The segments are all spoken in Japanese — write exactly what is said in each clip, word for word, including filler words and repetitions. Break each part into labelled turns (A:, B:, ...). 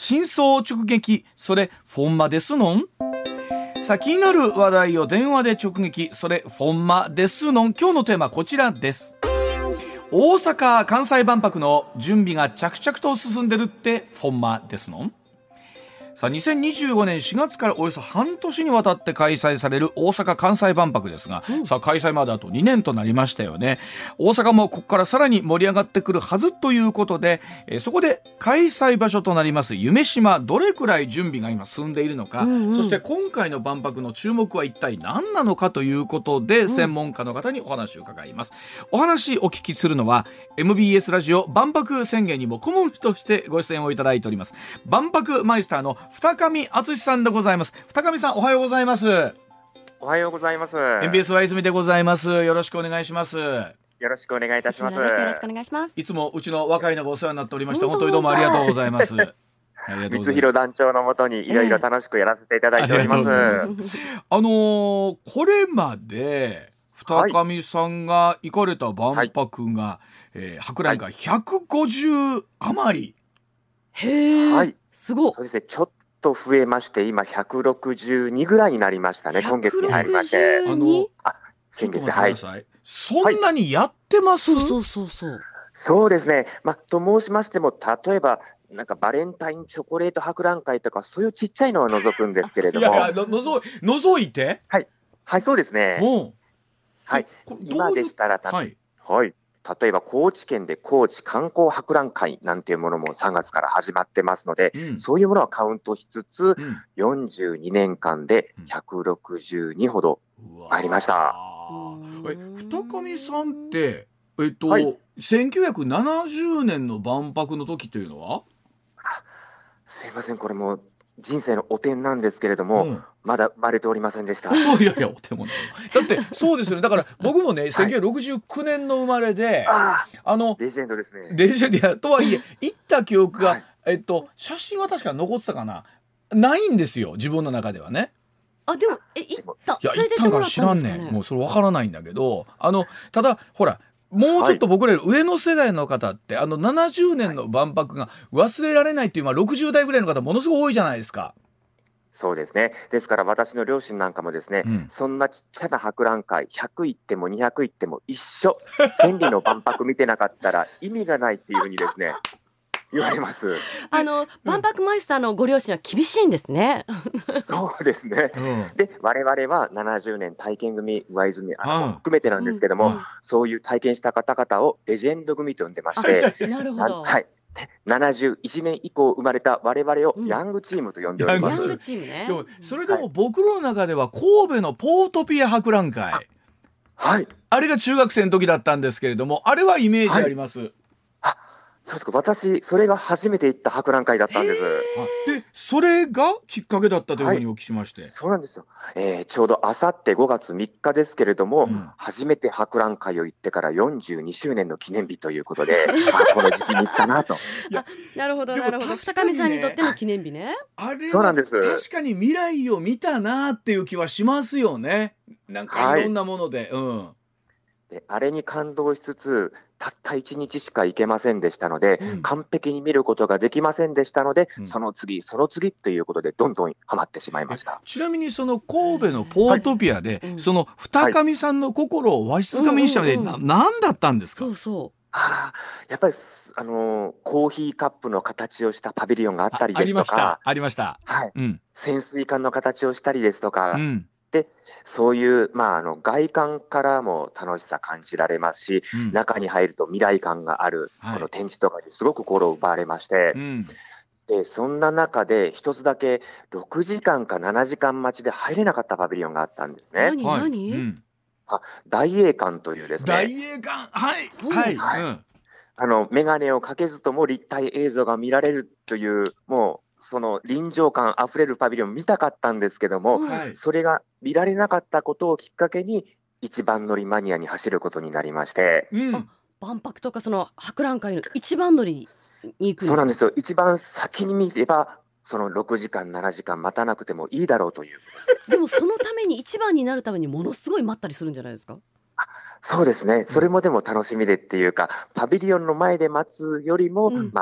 A: 真相直撃、それフォンマですのん。さあ、気になる話題を電話で直撃、それフォンマですのん。今日のテーマはこちらです。大阪・関西万博の準備が着々と進んでるってフォンマですのん。さあ、にせんにじゅうごねんしがつからおよそ半年にわたって開催される大阪・関西万博ですが、うん、さあ開催まであとにねんとなりましたよね。大阪もここからさらに盛り上がってくるはずということで、えー、そこで開催場所となります夢洲、どれくらい準備が今進んでいるのか、うんうん、そして今回の万博の注目は一体何なのかということで、うん、専門家の方にお話を伺います。お話お聞きするのは エムビーエス ラジオ万博宣言にも顧問としてご出演をいただいております万博マイスターの二上敦さんでございます。二上さん、おはようございます。
B: おはようございます。
A: エムビーエス は泉でございます。よろしくお願いします。
B: よろしくお願いいたします。
C: よろしくお願いします。
A: いつもうちの若いのがお世話になっておりまして本当にどうもありがとうございます。
B: 光弘団長のもとにいろいろ楽しくやらせていただいております。えー、
A: あのー、これまで二上さんが行かれた万博が、はい、えー、博覧会ひゃくごじゅう余り、
C: はい、へー、はい、すごい。
B: そうですね、ちょっと増えまして今ひゃくろくじゅうにぐらいになりましたね。今月に入りまして、
A: あの
B: あ先月で、
A: はい、そんなにやってます？
C: はい、そうそうそう
B: そうですね、まあ、と申しましても例えばなんかバレンタインチョコレート博覧会とかそういうちっちゃいのは除くんですけれども。
A: いやいや、のぞ除いて、
B: はい、はい、そうですね、はい、今でしたらた、はいはい、例えば高知県で高知観光博覧会なんていうものもさんがつから始まってますので、うん、そういうものはカウントしつつ、うん、よんじゅうにねんかんでひゃくろくじゅうにほどありました。
A: え、二上さんってえっと、はい、せんきゅうひゃくななじゅうねんの万博の時というのは？
B: すいません、これも人生の汚点なんですけれども、うん、まだ生まれておりませんでした。
A: いやいや、お手もない。だってそうですよね。だから僕もね、はい、せんきゅうひゃくろくじゅうきゅうねんの生まれで、
B: ああのレジェンドですね。
A: レジェンドやとはいえ行った記憶が、はい、えっと写真は確か残ってたかな、ないんですよ、自分の中ではね。
C: あ、でもえ行った。
A: いや、行ったんから知らんねん。もうそれわからないんだけど、あのただほら。もうちょっと僕らより上の世代の方って、はい、あのななじゅうねんの万博が忘れられないっていう、まあろくじゅうだいぐらいの方ものすごい多いじゃないですか。
B: そうですね。ですから私の両親なんかもですね、うん、そんなちっちゃな博覧会ひゃく行ってもにひゃく行っても一緒、千里の万博見てなかったら意味がないっていうふうにですね言われます。
C: あの万博マイスターのご両親は厳しいんですね。
B: そうですね、うん、で我々はななじゅうねん体験組上泉あの、うん、含めてなんですけども、うん、そういう体験した方々をレジェンド組と呼んでまして、
C: なるほど、
B: はい、ななじゅういちねん以降生まれた我々をヤングチームと呼んでおります。
C: ヤングチームね。
A: でもそれでも僕の中では神戸のポートピア博覧会、はい、
B: はい、
A: あれが中学生の時だったんですけれども、あれはイメージあります。はい、
B: そうですか。私それが初めて行った博覧会だったんです。
A: でそれがきっかけだったというふうにお聞きしまして、はい、
B: そうなんですよ、えー、ちょうどあさってごがつみっかですけれども、うん、初めて博覧会を行ってからよんじゅうにしゅうねんの記念日ということであこの時期に行ったなと。
C: あ、なるほどなるほど、二上さんにとっての記念日ね。
A: あれは確かに未来を見たなっていう気はしますよね。なんかいろんなもので、はい、うん、
B: であれに感動しつつたったいちにちしか行けませんでしたので、うん、完璧に見ることができませんでしたので、うん、その次その次ということでどんどんハマってしまいました。
A: ちなみにその神戸のポートピアで、はい、その二上さんの心をわしづかみにしたので、はい、な何だったんですか？
C: そうそう、
B: はあ、やっぱりあのー、コーヒーカップの形をしたパビリオンがあったりですとか、
A: ありましたありました、はい、うん、
B: 潜水艦の形をしたりですとか、
A: うん、
B: でそういう、まあ、あの外観からも楽しさ感じられますし、うん、中に入ると未来感がある、はい、この展示とかにすごく心を奪われまして、うん、でそんな中で一つだけろくじかんかななじかん待ちで入れなかったパビリオンがあったんですね。
C: 何何、はい、うん、
B: あ、大栄館というですね、
A: 大栄館、はいはい、はい、うん、
B: あの眼鏡をかけずとも立体映像が見られるという、もうその臨場感あふれるパビリオン見たかったんですけども、はい、それが見られなかったことをきっかけに一番乗りマニアに走ることになりまして、
C: うん、あ、万博とかその博覧会の一番乗りに行くんですか？
B: そうなんですよ。一番先に見ればそのろくじかんななじかん待たなくてもいいだろうという。
C: でもそのために一番になるためにものすごい待ったりするんじゃないですか？
B: あ、そうですね。それもでも楽しみでっていうか、パビリオンの前で待つよりも、うん、まあ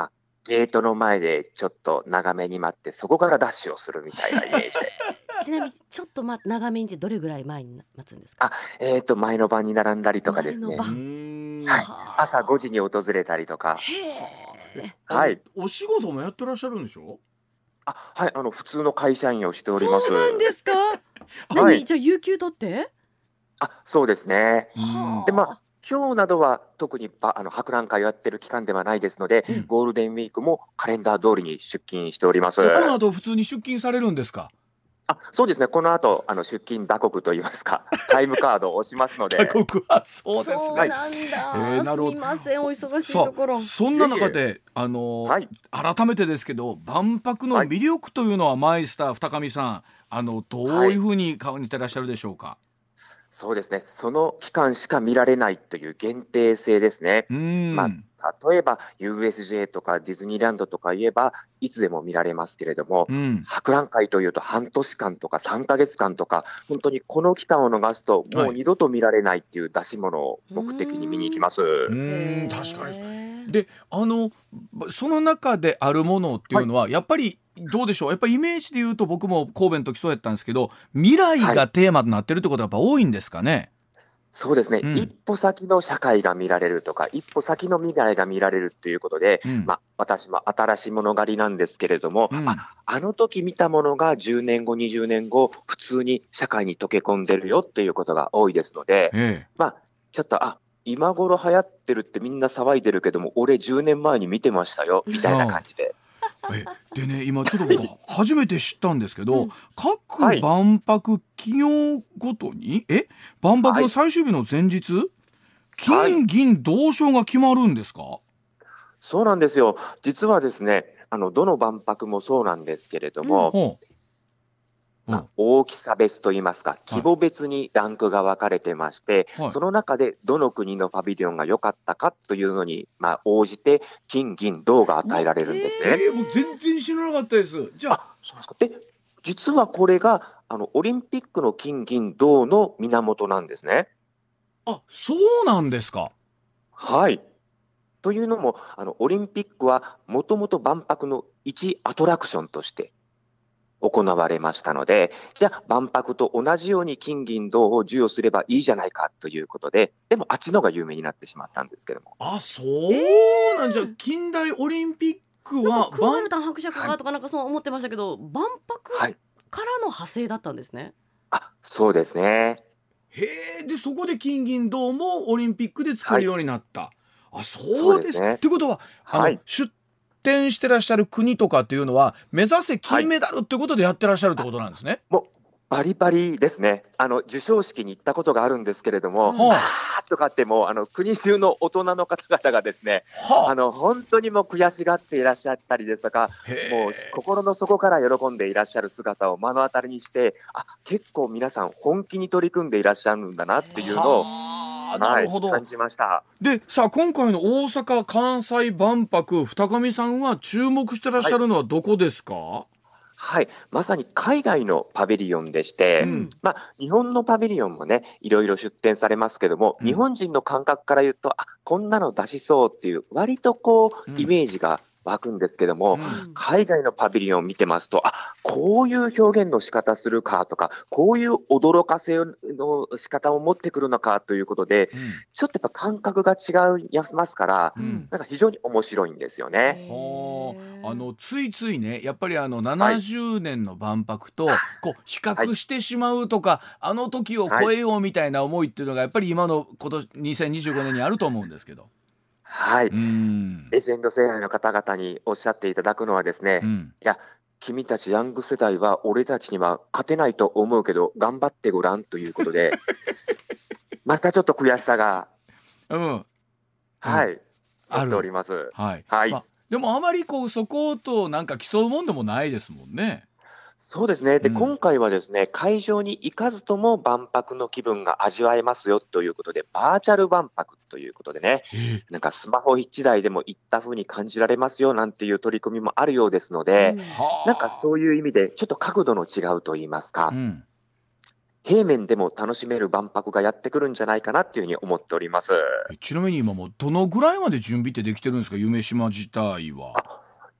B: ゲートの前でちょっと長めに待って、そこからダッシュをするみたいなイメージで
C: ちなみにちょっと、ま、長めにってどれぐらい前に待つんですか？
B: あ、えーと前の晩に並んだりとかですね、
C: 前の晩、
B: はい、朝ごじに訪れたりとか。
C: へえ。
A: あの
B: はい、
A: お仕事もやってらっしゃるんでしょ？
B: あ、はい、あの普通の会社員をしております。
C: そうなんですか？
B: は
C: 何、
B: い、
C: じゃあ有給取って？
B: あ、そうですね。
A: うん
B: で、ま
C: は
B: あ、今日などは特にばあの博覧会をやってる期間ではないですので、
A: うん
B: ゴールデンウィークもカレンダー通りに出勤しております。
A: でこの後普通に出勤されるんですか？
B: あ、そうですね。この後、あの出勤打刻といいますか、タイムカードを押しますので。
A: 他国はそう
C: あ、
A: ですね。
C: そうなんだ、
A: えーなるほど
C: すみません、お忙しい
A: さ
C: ところ。
A: あそんな中であのー
B: はい、
A: 改めてですけど、万博の魅力というのはマイスター二上さん、あのどういうふうに感じてらっしゃるでしょうか？
B: そうですね。その期間しか見られないという限定性ですね。
A: うーん、
B: まあ、例えば ユーエスジェー とかディズニーランドとか言えばいつでも見られますけれども、
A: うん、
B: 博覧会というと半年間とかさんかげつかんとか、本当にこの期間を逃すともう二度と見られないっていう出し物を目的に見に行きます。
A: う
C: へ
A: ーん
C: ー
A: 確かに。であのその中であるものっていうのは、やっぱりどうでしょう、やっぱりイメージで言うと僕も神戸の時そうやったんですけど、未来がテーマとなってるってことがやっぱ多いんですかね？
B: そうですね、
A: うん
B: 一歩先の社会が見られるとか、一歩先の未来が見られるということで、
A: うん
B: まあ、私も新しいもの狩りなんですけれども、
A: うん
B: ああの時見たものがじゅうねんご、にじゅうねんご、普通に社会に溶け込んでるよっていうことが多いですので、
A: え
B: まあ、ちょっと、あ、今頃流行ってるってみんな騒いでるけども、俺じゅうねんまえに見てましたよ、みたいな感じで。
A: えでね、今ちょっと僕初めて知ったんですけど、
C: うん
A: 各
B: はい
A: 万博企業ごとにえ万博の最終日の前日、
B: はい
A: 金銀銅賞が決まるんですか？
B: そうなんですよ。実はですね、あの、どの万博もそうなんですけれども、
A: ほう
B: まあ、大きさ別といいますか、規模別にランクが分かれてまして、
A: はい
B: その中でどの国のパビリオンが良かったかというのに、まあ、応じて、金、銀、銅が与えられるんですね。
A: えーもう全然知らなかったです。じゃあ
B: あ、そうですか。で、実はこれが、あの、オリンピックの金、銀、銅の源なんですね。
A: あそうなんですか？
B: はい。というのも、あの、オリンピックはもともと万博の一アトラクションとして行われましたので、じゃあ万博と同じように金銀銅を授与すればいいじゃないかということで、でもあっちのが有名になってしまったんですけども。
A: あそうなんじゃ、近代オリンピック
C: なん
A: は
C: かクワルタン伯爵がとかなんかそう思ってましたけど、万博
B: はい。
C: からの派生だったんですね。
B: あ、そうですね。
A: へえ、でそこで金銀銅もオリンピックで作るようになった、あそうです
B: そうですね
A: ってことはあの、
B: はい
A: 出展してらっしゃる国とかっていうのは目指せ金メダルってことでやってらっしゃるってことなんですね、
B: もうバリバリですね。あの授賞式に行ったことがあるんですけれども、
A: はあ
B: あーとかってもうあの国中の大人の方々がですね、
A: はあ
B: あの本当にもう悔しがっていらっしゃったりですとか、
A: へえ
B: もう心の底から喜んでいらっしゃる姿を目の当たりにして、あ、結構皆さん本気に取り組んでいらっしゃるんだなっていうのを、
A: はあなるほど、
B: はい、感じました。
A: でさあ今回の大阪・関西万博、二上さんは注目してらっしゃるのはどこですか？
B: はい、まさに海外のパビリオンでして、
A: うん
B: まあ、日本のパビリオンもね、いろいろ出展されますけども、
A: うん
B: 日本人の感覚から言うと、あ、こんなの出しそうっていう、割とこう、
A: うん
B: イメージが湧くんですけども、
A: うん
B: 海外のパビリオンを見てますと、あ、こういう表現の仕方するかとか、こういう驚かせの仕方を持ってくるのかということで、ちょっとやっぱ感覚が違いますから、
A: うんうん
B: なんか非常に面白いんですよね。
A: はあ、あのついついねやっぱりあのななじゅうねんの万博とこう比較してしまうとか、あの時を超えようみたいな思いっていうのがやっぱり今の今年にせんにじゅうごねんにあると思うんですけど、
B: はい、
A: うん
B: レジェンド世代の方々におっしゃっていただくのはですね、
A: うん
B: いや、君たちヤング世代は俺たちには勝てないと思うけど頑張ってごらんということでまたちょっと悔しさが、
A: うん
B: はい、
A: ある
B: あっております。
A: はい、
B: はい、
A: まあ、でもあまりこうそことなんか競うもんでもないですもんね。
B: そうですね。で、
A: うん
B: 今回はですね、会場に行かずとも万博の気分が味わえますよということで、バーチャル万博ということでね、
A: え
B: なんかスマホ一台でも行った風に感じられますよなんていう取り組みもあるようですので、
C: うん
A: はあ
B: なんかそういう意味でちょっと角度の違うといいますか、
A: うん
B: 平面でも楽しめる万博がやってくるんじゃないかなっていうふうに思っております。
A: えちなみに今もうどのぐらいまで準備ってできてるんですか、夢島自体は。
B: あ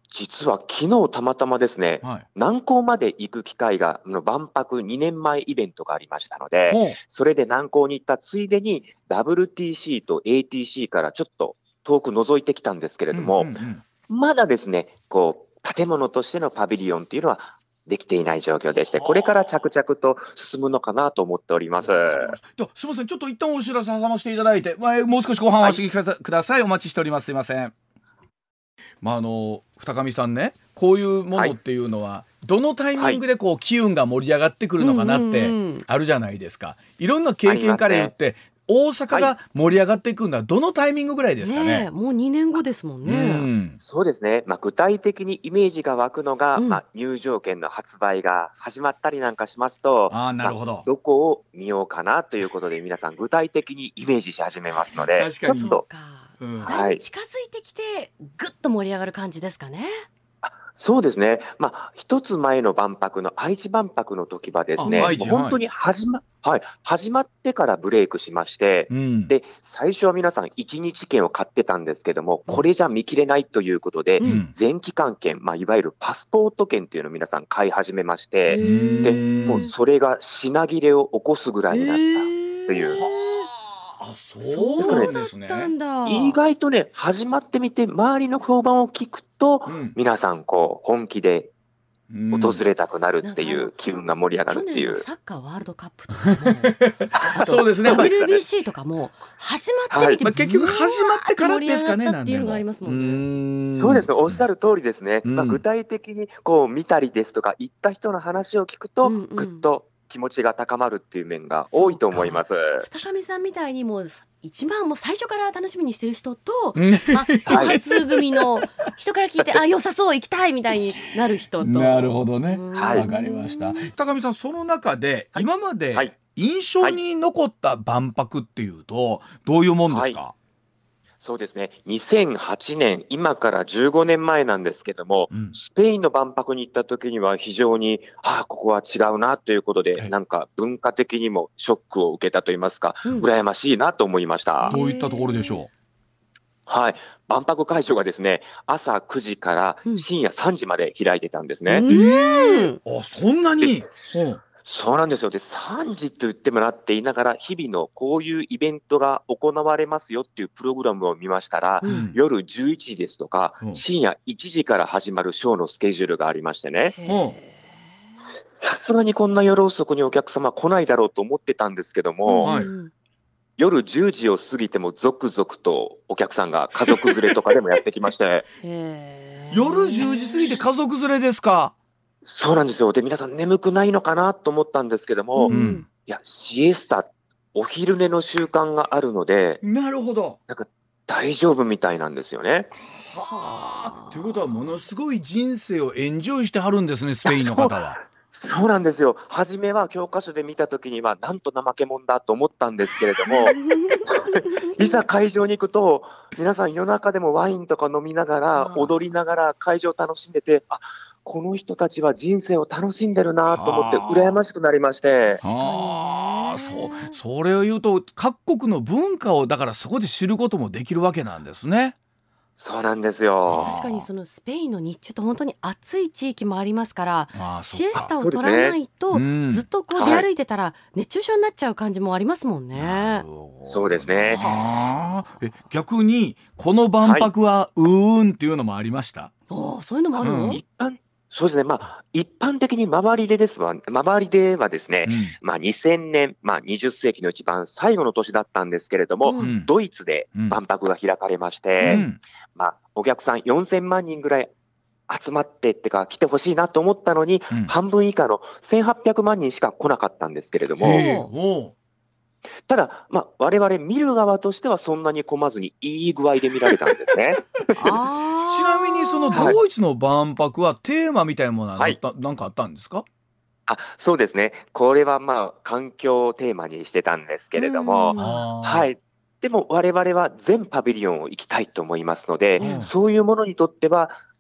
B: 実は昨日たまたまですね、はい、南港まで行く機会が万博にねんまえイベントがありましたので、それで南港に行ったついでに ダブリューティーシー と エーティーシー からちょっと遠く覗いてきたんですけれども、うんうんうん、まだですねこう建物としてのパビリオンというのはできていない状況でして、これから着々と進むのかなと思っております。
A: すみません、ちょっと一旦お知らせ挟ませていただいて、まあ、もう少しご飯をお話しください、はい、お待ちしております。すいません。まあ、あの二上さんね、こういうものっていうのは、はい、どのタイミングでこう機運が盛り上がってくるのかなってあるじゃないですか。いろんな経験から言って、ね、大阪が盛り上がっていくのはどのタイミングぐらいですかね。
C: ねえ、もうにねんごですもんね。うん、
B: そうですね、まあ、具体的にイメージが湧くのが、うんまあ、入場券の発売が始まったりなんかしますと、
A: あ、なるほど、
B: まあ、どこを見ようかなということで皆さん具体的にイメージし始めますので、
C: 確かにちょっとうん、だいぶ近づいてきてぐっと盛り上がる感じですかね。
B: あ、そうですね、まあ、一つ前の万博の愛知万博の時はですね、もう本当に始ま、はい、始まってからブレイクしまして、うん、で最初は皆さんいちにち券を買ってたんですけども、これじゃ見切れないということで、うん、全期間券、まあ、いわゆるパスポート券というのを皆さん買い始めまして、でもうそれが品切れを起こすぐらいになったという。
A: あ、そうですね。
B: 意外とね、始まってみて周りの評判を聞くと、うん、皆さんこう本気で訪れたくなるっていう、うん、気分が盛り上がるっていう。
C: 去年のサッカーワールドカップとかもそうですね、ダブリュービーシー とかも始まってみて、はい、まあ、
A: 結局始まってからですかね。
C: なんっていうのがありますもんね。
B: そうですね、おっしゃる通りですね、うん、まあ、具体的にこう見たりですとか行った人の話を聞くと、うんうん、ぐっと気持ちが高まるっていう面が多いと思います。
C: 二上さんみたいにもう一番もう最初から楽しみにしてる人と、まあ、後発組の人から聞いてあ、良さそう行きたいみたいになる人と。
A: なるほどね、わかりました。高見さん、その中で今まで印象に残った万博っていうとどういうもんですか？はいはい、
B: そうですね、にせんはちねん、今からじゅうごねんまえなんですけども、うん、スペインの万博に行った時には非常に、ああ、ここは違うなということで、なんか文化的にもショックを受けたといいますか、うん、羨ましいなと思いました。
A: どういったところでしょう？
B: はい、万博会場がですね、朝くじから深夜さんじまで開いてたんですね。
A: うん、えー、あ、そんなに。
B: そうなんですよ。で、さんじと言ってもらっていながら、日々のこういうイベントが行われますよっていうプログラムを見ましたら、うん、夜じゅういちじですとか、うん、深夜いちじから始まるショーのスケジュールがありましてね。さすがにこんな夜遅くにお客様来ないだろうと思ってたんですけども、はい、夜じゅうじを過ぎても続々とお客さんが家族連れとかでもやってきまして
A: 夜じゅうじ過ぎて家族連れですか？
B: そうなんですよ。で、皆さん眠くないのかなと思ったんですけども、うん、いや、シエスタ、お昼寝の習慣があるので、
A: なるほど、
B: なんか大丈夫みたいなんですよね。
A: はあ、ということはものすごい人生をエンジョイしてはるんですね、スペインの方は。
B: そう、そうなんですよ。初めは教科書で見たときにはなんと怠け者だと思ったんですけれどもいざ会場に行くと皆さん夜中でもワインとか飲みながら踊りながら会場を楽しんでて、あ、この人たちは人生を楽しんでるなと思って羨ましくなりまして。
A: ああ、そう、それを言うと各国の文化をだからそこで知ることもできるわけなんですね。
B: そうなんですよ。
C: 確かにそのスペインの日中と本当に暑い地域もありますから、シエスタを取らないと、ね、うん、ずっとこう出歩いてたら熱中症になっちゃう感じもありますもんね。
B: はい、そうですね。
A: はあ、え、逆にこの万博はうーんっていうのもありました？
C: はい、そういうのもあるの？
B: うん、一般そうですね、まあ、一般的に周りでですわ、周りではですね、うん、まあ、にせんねん、まあ、にじゅっせいきの一番最後の年だったんですけれども、うん、ドイツで万博が開かれまして、うん、まあ、お客さんよんせんまんにんぐらい集まってってか来てほしいなと思ったのに、うん、半分以下のせんはっぴゃくまんにんしか来なかったんですけれども、ただ、まあ、我々見る側としてはそんなに混まずにいい具合で見られたんですね。
A: あちなみにそのドイツの万博はテーマみたいなものは何、はい、かあったんですか？
B: あ、そうですね、これはまあ環境をテーマにしてたんですけれども、はい、でも我々は全パビリオンを行きたいと思いますので、うん、そういうものにとっては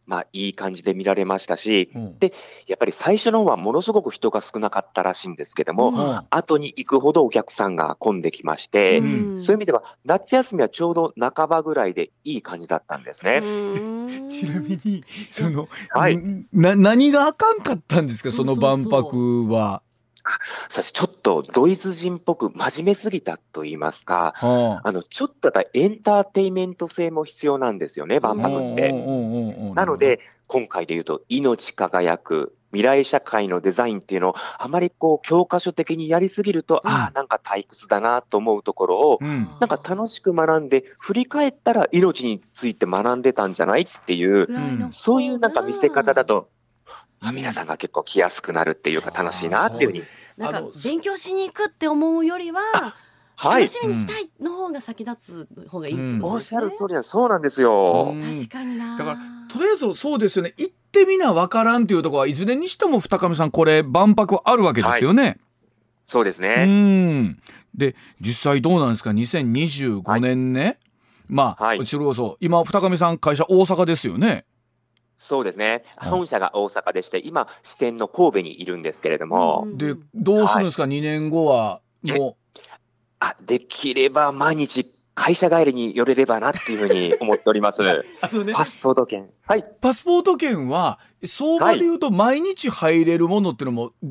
B: まあ、いい感じで見られましたし、うん、でやっぱり最初の方はものすごく人が少なかったらしいんですけども、うん、後に行くほどお客さんが混んできまして、うん、そういう意味では夏休みはちょうど半ばぐらいでいい感じだったんですね。
A: ちなみにその、はい、な何があかんかったんですか、その万博は。
B: そしてちょっとドイツ人っぽく真面目すぎたと言いますか、はあ、あのちょっとエンターテイメント性も必要なんですよね、万博って。なので今回でいうと命輝く未来社会のデザインっていうのをあまりこう教科書的にやりすぎると、うん、ああなんか退屈だなと思うところを、うん、なんか楽しく学んで振り返ったら命について学んでたんじゃないっていう、うん、そういうなんか見せ方だと、まあ、皆さんが結構来やすくなるっていうか楽しいなっていうふうに。
C: なんか勉強しに行くって思うよりは、はい、楽しみに来たいの方が先立つ方がいいってことですね。
B: おっしゃる通りだ、そうなんですよ。
C: 確かにな。
A: だからとりあえずそうですよね、行ってみなわからんっていうところはいずれにしても二上さんこれ万博あるわけですよね。はい、
B: そうですね。
A: うんで実際どうなんですか、にせんにじゅうごねんね、はい、まあ、はい、それこそ今二上さん会社大阪ですよね。
B: そうですね、本社が大阪でして今支店の神戸にいるんですけれども、
A: でどうするんですか、はい、にねんごはもう
B: あできれば毎日会社帰りに寄れればなっていうふうに思っておりますあの、ね、パスポート券、はい、
A: パスポート券は相場でいうと毎日入れるものっていうのも、はい、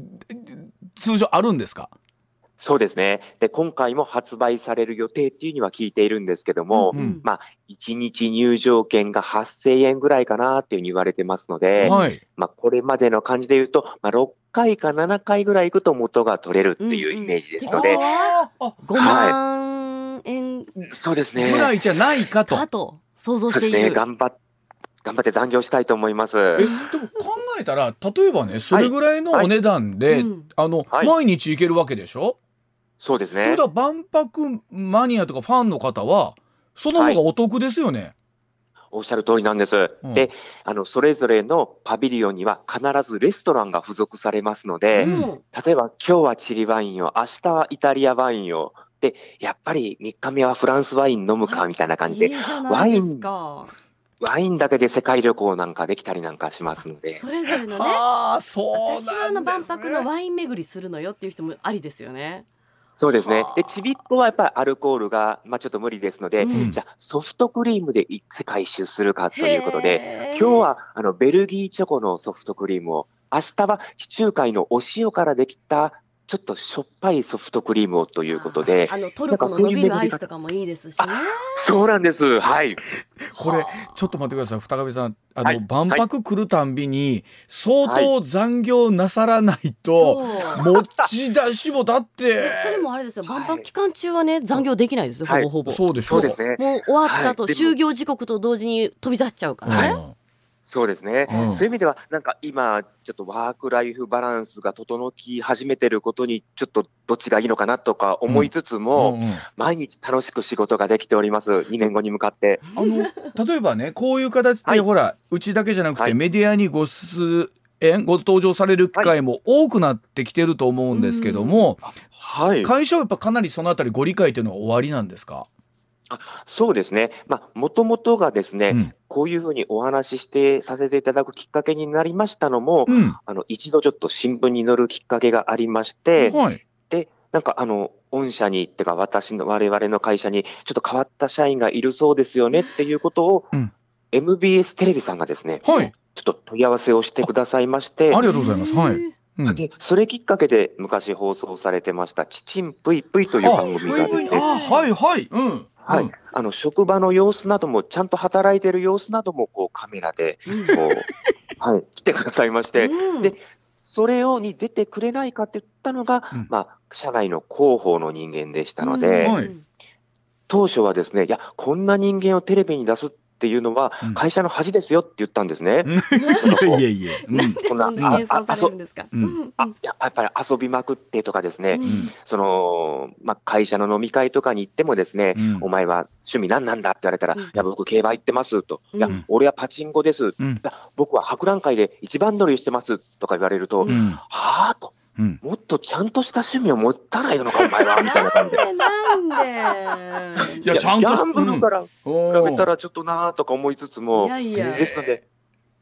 A: 通常あるんですか。
B: そうですね。で、今回も発売される予定っていうには聞いているんですけども、うんうん、まあ、いちにち入場券がはっせんえんぐらいかなっていうふうに言われてますので、はい、まあ、これまでの感じで言うと、まあ、ろっかいかななかいぐらい行くと元が取れるっていうイメージですので、うんうん、
C: ごまんえん、
B: はい、そうですね。
A: ぐらいじゃないかと。
C: かと想像している。
B: そうですね。頑張って頑張って残業したいと思います。え
A: でも考えたら例えばね、それぐらいのお値段で、はいはい、あの、はい、毎日行けるわけでしょ。
B: そうですね。
A: ということは万博マニアとかファンの方はその方がお得ですよね。はい、
B: おっしゃる通りなんです。うん、で、あのそれぞれのパビリオンには必ずレストランが付属されますので、うん、例えば今日はチリワインを、明日はイタリアワインを、でやっぱりみっかめはフランスワイン飲むかみたいな感じで、ワインワインだけで世界旅行なんかできたりなんかしますので、
C: それぞれのね、
A: あそうなんですね、
C: 私はあの万博のワイン巡りするのよっていう人もありですよね。
B: そうですね。で、ちびっこはやっぱりアルコールが、まあ、ちょっと無理ですので、うん、じゃあソフトクリームで世界一周するかということで、今日はあのベルギーチョコのソフトクリームを、明日は地中海のお塩からできたちょっとしょっぱいソフトクリームをということで、
C: あのトルコの伸びるアイスとかもいいですしね。
B: そうなんです。はい。
A: これちょっと待ってください、二上さん、あの、はい、万博来るたんびに相当残業なさらないと、はい、持ち出しもだって
C: それもあれですよ、万博期間中はね残業できないですよ、はい、ほぼほぼ。
A: そうでしょう。
B: そうですね。
C: もう終わった後、はい、就業時刻と同時に飛び出しちゃうからね。はい、
B: そうですね、うん、そういう意味ではなんか今ちょっとワークライフバランスが整き始めてることにちょっとどっちがいいのかなとか思いつつも、うんうんうん、毎日楽しく仕事ができております。にねんごに向かって
A: あの例えばねこういう形で、はい、ほらうちだけじゃなくて、はい、メディアにご出演ご登場される機会も多くなってきてると思うんですけども、はい、会社はやっぱかなりそのあたりご理解というのはおありなんですか。
B: あそうですね、もともとがですね、うん、こういうふうにお話ししてさせていただくきっかけになりましたのも、うん、あの一度ちょっと新聞に載るきっかけがありまして、はい、でなんかあの御社にってか私の我々の会社にちょっと変わった社員がいるそうですよねっていうことを、うん、エムビーエス テレビさんがですね、はい、ちょっと問い合わせをしてくださいまして、
A: あ, ありがとうございます、はい
B: うん、でそれきっかけで昔放送されてましたちちんぷいぷいという番組がですね、
A: あはいはい、うん
B: はい、うん、あの職場の様子などもちゃんと働いている様子などもこうカメラでこう、はい、来てくださいまして、うん、でそれをに出てくれないかって言ったのが、うんまあ、社内の広報の人間でしたので、うんはい、当初はですね、いやこんな人間をテレビに出すっていうのは会社の恥ですよって言ったんですね。
A: いやいや、
C: なんでそんな幻想されるんですか。
B: やっぱり遊びまくってとかですね、うん、そのまあ、会社の飲み会とかに行ってもですね、うん、お前は趣味何なんだって言われたら、うん、いや僕競馬行ってますと、うん、いや俺はパチンコです、うん、いや僕は博覧会で一番乗りしてますとか言われると、うん、はぁと。うん、もっとちゃんとした趣味を持たないのかお前はみたいな感じで
C: なんで
A: いやちゃんと
B: ギャンブルから比べたらちょっとなとか思いつつも、いやいやですので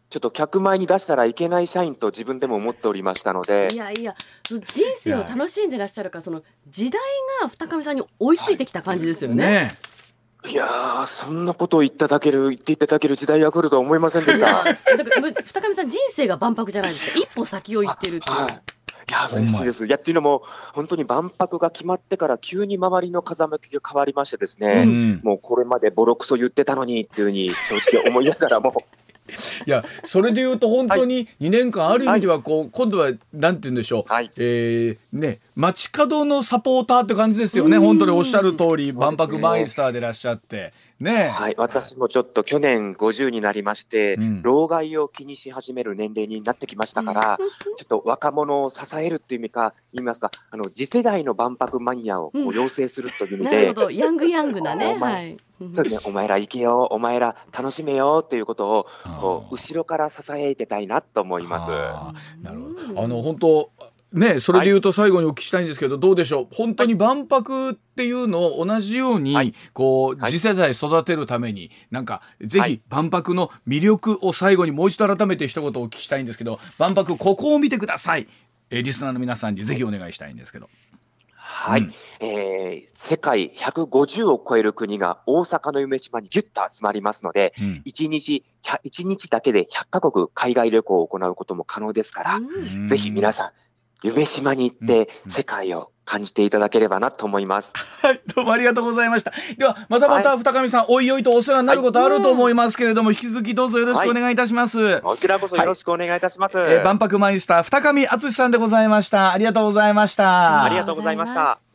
B: ちょっと客前に出したらいけない社員と自分でも思っておりましたので。
C: いやいや、人生を楽しんでらっしゃるから、その時代が二上さんに追いついてきた感じですよね。はいね、
B: いやー、そんなことを言っていただける言っていただける時代が来るとは思いませんでした。だ
C: から二上さん人生が万博じゃないですか。一歩先を行ってるっていう。はい、
B: いや嬉しいです。いやっていうのも本当に万博が決まってから急に周りの風向きが変わりましてですね、うん、もうこれまでボロクソ言ってたのにっていうふうに正直思いながらも
A: いやそれでいうと本当ににねんかんある意味ではこう、はい、今度はなんて言うんでしょう、はい、えー、ね、街角のサポーターって感じですよね。本当におっしゃる通り、万博マイスターでいらっしゃってね。
B: はい、私もちょっと去年ごじゅうになりまして、うん、老害を気にし始める年齢になってきましたから、うん、ちょっと若者を支えるっていう意味か言いますか、あの次世代の万博マニアをこう養成するという意味で、うん、なるほど、
C: ヤングヤングなね、はい、
B: そうですね、お前ら行けよ、お前ら楽しめよということをこう後ろから支えてたいなと思います。
A: あ、なるほど。あの本当ね、それでいうと最後にお聞きしたいんですけど、はい、どうでしょう、本当に万博っていうのを同じように、はい、こう次世代育てるためになんかぜひ万博の魅力を最後にもう一度改めて一言お聞きしたいんですけど、万博ここを見てください、えリスナーの皆さんにぜひお願いしたいんですけど。
B: はい、うん、えー、世界ひゃくごじゅうを超える国が大阪の夢洲にギュッと集まりますので、うん、いちにちいちにちだけでひゃっかこく海外旅行を行うことも可能ですから、うん、ぜひ皆さん夢洲に行って世界を感じていただければなと思います。
A: はい、どうもありがとうございました。ではまたまた二上さん、はい、おいおいとお世話になることあると思いますけれども、はい、引き続きどうぞよろしくお願いいたします。はい、
B: こちらこそよろしくお願いいたします。
A: はい、えー、万博マイスター二上敦さんでございました。ありがとうございました。
B: ありがとうございました。